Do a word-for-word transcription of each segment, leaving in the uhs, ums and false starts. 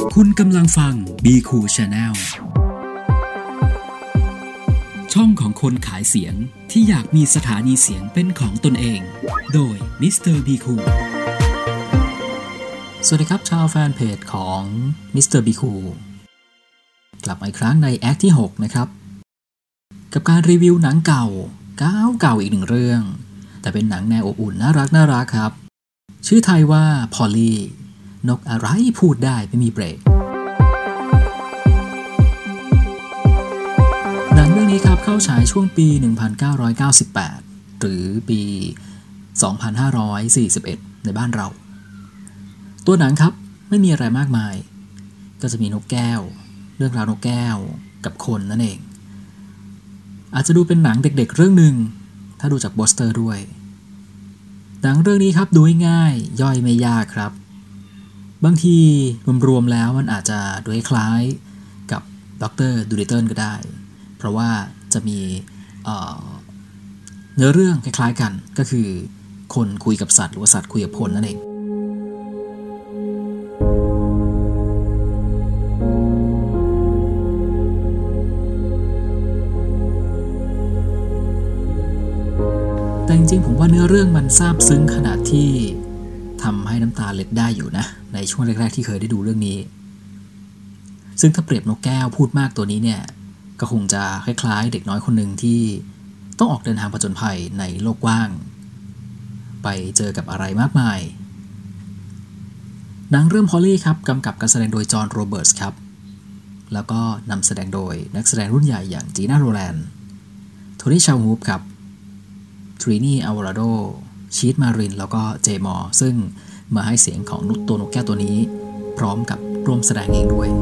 คุณกำลังฟัง บี Cool Channel ช่องของคนขายเสียงที่อยากมีสถานีเสียงเป็นของตนเองโดยมิสเตอร์ บี Cool สวัสดีครับชาวแฟนเพจของ มิสเตอร์ บี Cool กลับมาอีกครั้งในแอคที่หกนะครับกับการรีวิวหนังเก่าเก่าเก่าอีกหนึ่งเรื่องแต่เป็นหนังแนวอบอุ่นน่ารักน่ารักครับชื่อไทยว่าพอลลี่นกอะไรพูดได้ไม่มีเบรกหนังเรื่องนี้ครับเข้าฉายช่วงปี หนึ่งพันเก้าร้อยเก้าสิบแปด หรือปี สองพันห้าร้อยสี่สิบเอ็ด ในบ้านเราตัวหนังครับไม่มีอะไรมากมายก็จะมีนกแก้วเรื่องราวนกแก้วกับคนนั่นเองอาจจะดูเป็นหนังเด็กๆเรื่องหนึ่งถ้าดูจากโปสเตอร์ด้วยหนังเรื่องนี้ครับดูง่ายย่อยไม่ยากครับบางทีรวมๆแล้วมันอาจจะดูคล้ายกับด็อกเตอร์ดูลิตเติลก็ได้เพราะว่าจะมีเอ่อเนื้อเรื่องคล้ายๆกันก็คือคนคุยกับสัตว์หรือว่าสัตว์คุยกับคนนั่นเองแต่จริงๆผมว่าเนื้อเรื่องมันซาบซึ้งขนาดที่ทำให้น้ำตาเล็ดได้อยู่นะในช่วงแรกๆที่เคยได้ดูเรื่องนี้ซึ่งถ้าเปรียบนกแก้วพูดมากตัวนี้เนี่ยก็คงจะคล้ายๆเด็กน้อยคนหนึ่งที่ต้องออกเดินทางผจญภัยในโลกกว้างไปเจอกับอะไรมากมายหนังเรื่องพอลลี่ครับกำกับการแสดงโดยจอห์นโรเบิร์ตส์ครับแล้วก็นำแสดงโดยนักแสดงรุ่นใหญ่อย่างจีน่าโรแลนด์โทนี่ชาวูฟครับทรีนี่อัลวาราโดชีทมารินแล้วก็เจมอร์ซึ่งมาให้เสียงของตัวนกแก้วตัวนี้พร้อมกับร่วมแสดงเองด้วย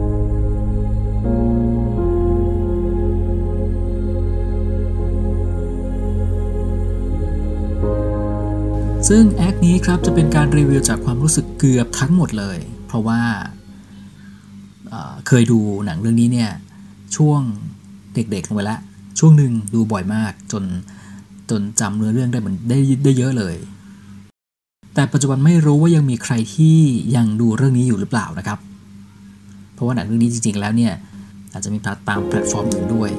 ซึ่งแอคนี้ครับจะเป็นการรีวิวจากความรู้สึกเกือบทั้งหมดเลยเพราะว่าเอ่อเคยดูหนังเรื่องนี้เนี่ยช่วงเด็กๆลงไปแล้วช่วงหนึ่งดูบ่อยมากจนจนจำเนื้อเรื่องได้เหมือนได้ได้เยอะเลยแต่ปัจจุบันไม่รู้ว่ายังมีใครที่ยังดูเรื่องนี้อยู่หรือเปล่านะครับเพราะว่าหนังเรื่องนี้จริงๆแล้วเนี่ยอาจจะมีตามแพลตฟอร์มอื่นด้วย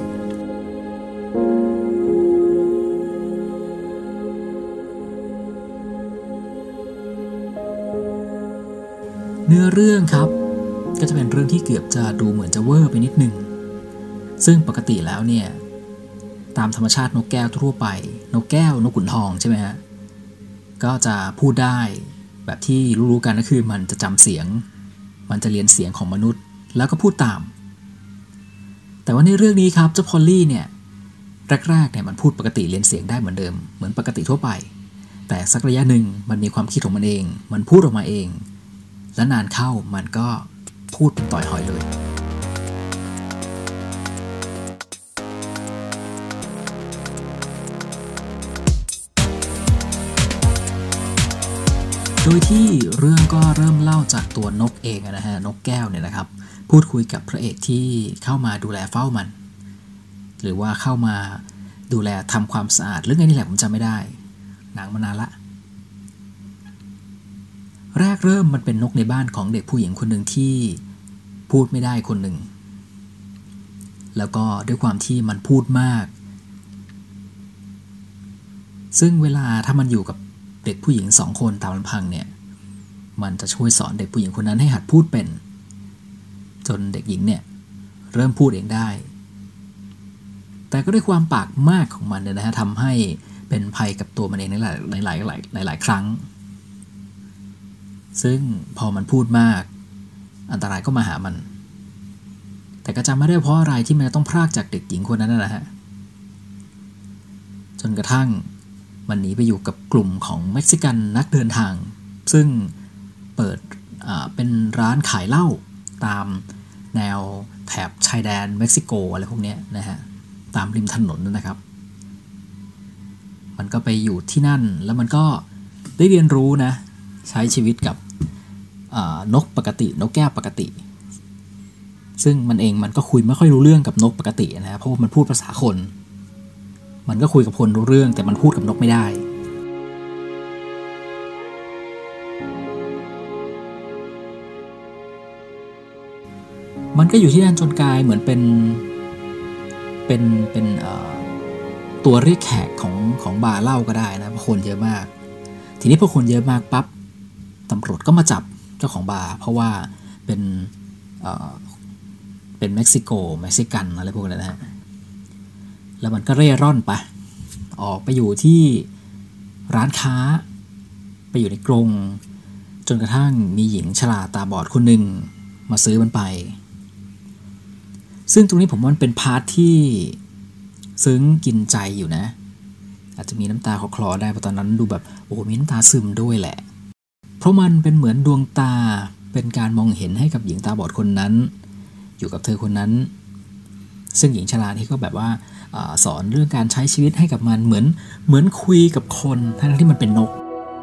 เนื้อเรื่องครับก็จะเป็นเรื่องที่เกือบจะดูเหมือนจะเวอร์ไปนิดนึงซึ่งปกติแล้วเนี่ยตามธรรมชาตินกแก้วทั่วไปนกแก้วนกขุนทองใช่ไหมฮะก็จะพูดได้แบบที่รู้ๆกันก็คือมันจะจำเสียงมันจะเรียนเสียงของมนุษย์แล้วก็พูดตามแต่ว่าในเรื่องนี้ครับเจ้าพอลลี่เนี่ยแรกๆเนี่ยมันพูดปกติเรียนเสียงได้เหมือนเดิมเหมือนปกติทั่วไปแต่สักระยะหนึ่งมันมีความคิดของมันเองมันพูดออกมาเองและนานเข้ามันก็พูดเป็นต่อยหอยเลยโดยที่เรื่องก็เริ่มเล่าจากตัวนกเองนะฮะนกแก้วเนี่ยนะครับพูดคุยกับพระเอกที่เข้ามาดูแลเฝ้ามันหรือว่าเข้ามาดูแลทำความสะอาดเรื่องนี้แหละผมจำไม่ได้หนังมานานละแรกเริ่มมันเป็นนกในบ้านของเด็กผู้หญิงคนหนึ่งที่พูดไม่ได้คนหนึ่งแล้วก็ด้วยความที่มันพูดมากซึ่งเวลาถ้ามันอยู่กับเด็กผู้หญิงสองคนตามลำพังเนี่ยมันจะช่วยสอนเด็กผู้หญิงคนนั้นให้หัดพูดเป็นจนเด็กหญิงเนี่ยเริ่มพูดเองได้แต่ก็ด้วยความปากมากของมันเนี่ยนะฮะทำให้เป็นภัยกับตัวมันเองในหลายในหลายหลายหลายหลายครั้งซึ่งพอมันพูดมากอันตรายก็มาหามันแต่ก็จำไม่ได้เพราะอะไรที่มันต้องพรากจากเด็กหญิงคนนั้นนะฮะจนกระทั่งมันหนีไปอยู่กับกลุ่มของเม็กซิกันนักเดินทางซึ่งเปิดอ่าเป็นร้านขายเหล้าตามแนวแถบชายแดนเม็กซิโกอะไรพวกนี้นะฮะตามริมถนนนะครับมันก็ไปอยู่ที่นั่นแล้วมันก็ได้เรียนรู้นะใช้ชีวิตกับนกปกตินกแก้วปกติซึ่งมันเองมันก็คุยไม่ค่อยรู้เรื่องกับนกปกตินะเพราะว่ามันพูดภาษาคนมันก็คุยกับคนรู้เรื่องแต่มันพูดกับนกไม่ได้มันก็อยู่ที่นั่นจนกลายเหมือนเป็นเป็นเป็นตัวเรียกแขกของของบาร์เหล้าก็ได้นะเพราะคนเยอะมากทีนี้พอคนเยอะมากปั๊บตำรวจก็มาจับเจ้าของบาร์เพราะว่าเป็นเอ่อเป็นเม็กซิโกเม็กซิกันอะไรพวกนั้นนะฮะแล้วมันก็เร่ร่อนไปออกไปอยู่ที่ร้านค้าไปอยู่ในกรงจนกระทั่งมีหญิงชราตาบอดคนหนึ่งมาซื้อมันไปซึ่งตรงนี้ผมว่ามันเป็นพาร์ทที่ซึ้งกินใจอยู่นะอาจจะมีน้ำตาคลอได้เพราะตอนนั้นดูแบบโอ้มีน้ำตาซึมด้วยแหละเพราะมันเป็นเหมือนดวงตาเป็นการมองเห็นให้กับหญิงตาบอดคนนั้นอยู่กับเธอคนนั้นซึ่งหญิงชราที่ก็แบบว่าสอนเรื่องการใช้ชีวิตให้กับมันเหมือนเหมือนคุยกับคนทั้งที่มันเป็นนก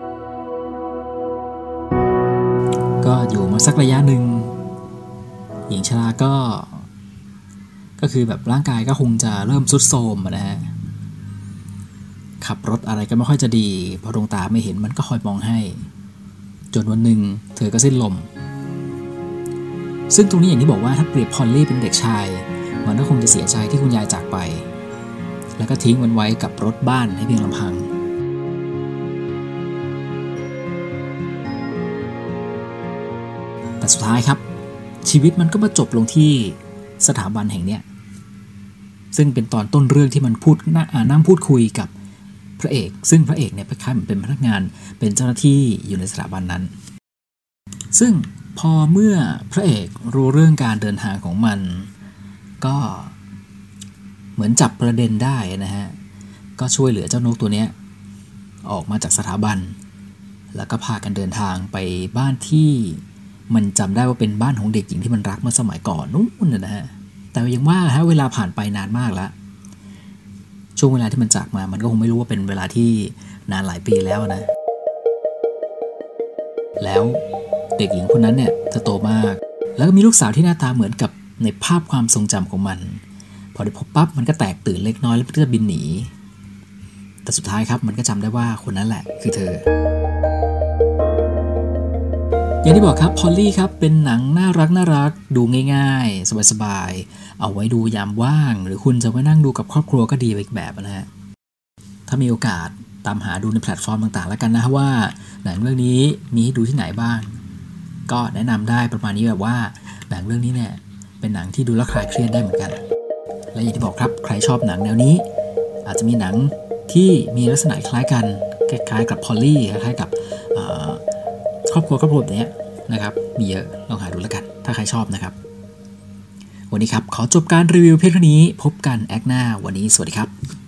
ก็อยู่มาสักระยะหนึ่งหญิงชราก็ก็คือแบบร่างกายก็คงจะเริ่มทรุดโทรมนะฮะขับรถอะไรก็ไม่ค่อยจะดีเพราะดวงตาไม่เห็นมันก็คอยมองให้จนวันหนึ่งเธอก็สิ้นลมซึ่งตรงนี้อย่างที่บอกว่าถ้าเปรียบพอลลี่เป็นเด็กชายมันก็คงจะเสียใจที่คุณยายจากไปแล้วก็ทิ้งมันไว้กับรถบ้านให้เพียงลำพังแต่สุดท้ายครับชีวิตมันก็มาจบลงที่สถาบันแห่งเนี้ยซึ่งเป็นตอนต้นเรื่องที่มันพูดนั่งพูดคุยกับพระเอกซึ่งพระเอกเนี่ยคล้ายๆเหมือนเป็นพนักงานเป็นเจ้าหน้าที่อยู่ในสถาบันนั้นซึ่งพอเมื่อพระเอกรู้เรื่องการเดินทางของมันก็เหมือนจับประเด็นได้นะฮะก็ช่วยเหลือเจ้านกตัวเนี้ยออกมาจากสถาบันแล้วก็พากันเดินทางไปบ้านที่มันจำได้ว่าเป็นบ้านของเด็กหญิงที่มันรักเมื่อสมัยก่อนนู้นนะฮะแต่ยังว่าฮะเวลาผ่านไปนานมากแล้วช่วงเวลาที่มันจากมามันก็คงไม่รู้ว่าเป็นเวลาที่นานหลายปีแล้วนะแล้วเด็กหญิงคนนั้นเนี่ยเธอโตมากแล้วก็มีลูกสาวที่หน้าตาเหมือนกับในภาพความทรงจำของมันพอได้พบปั๊บมันก็แตกตื่นเล็กน้อยแล้วก็จะบินหนีแต่สุดท้ายครับมันก็จำได้ว่าคนนั้นแหละคือเธออย่างที่บอกครับพอลลี่ครับเป็นหนังน่ารักน่ารักดูง่ายๆสบายๆเอาไว้ดูยามว่างหรือคุณจะไปนั่งดูกับครอบครัวก็ดีไปอีกแบบนะฮะถ้ามีโอกาสตามหาดูในแพลตฟอร์มต่างๆแล้วกันนะว่าหนังเรื่องนี้มีให้ดูที่ไหนบ้างก็แนะนำได้ประมาณนี้แบบว่าหนังเรื่องนี้เนี่ยเป็นหนังที่ดูแล้วคลายเครียดได้เหมือนกันและอย่างที่บอกครับใครชอบหนังแนวนี้อาจจะมีหนังที่มีลักษณะคล้ายกันคล้ายๆกับพอลลี่คล้ายๆกับครอบครัวครอบครัวแบบนี้นะครับมีเยอะลองหาดูแล้วกันถ้าใครชอบนะครับวันนี้ครับขอจบการรีวิวเพียงเท่านี้พบกันแอคหน้าวันนี้สวัสดีครับ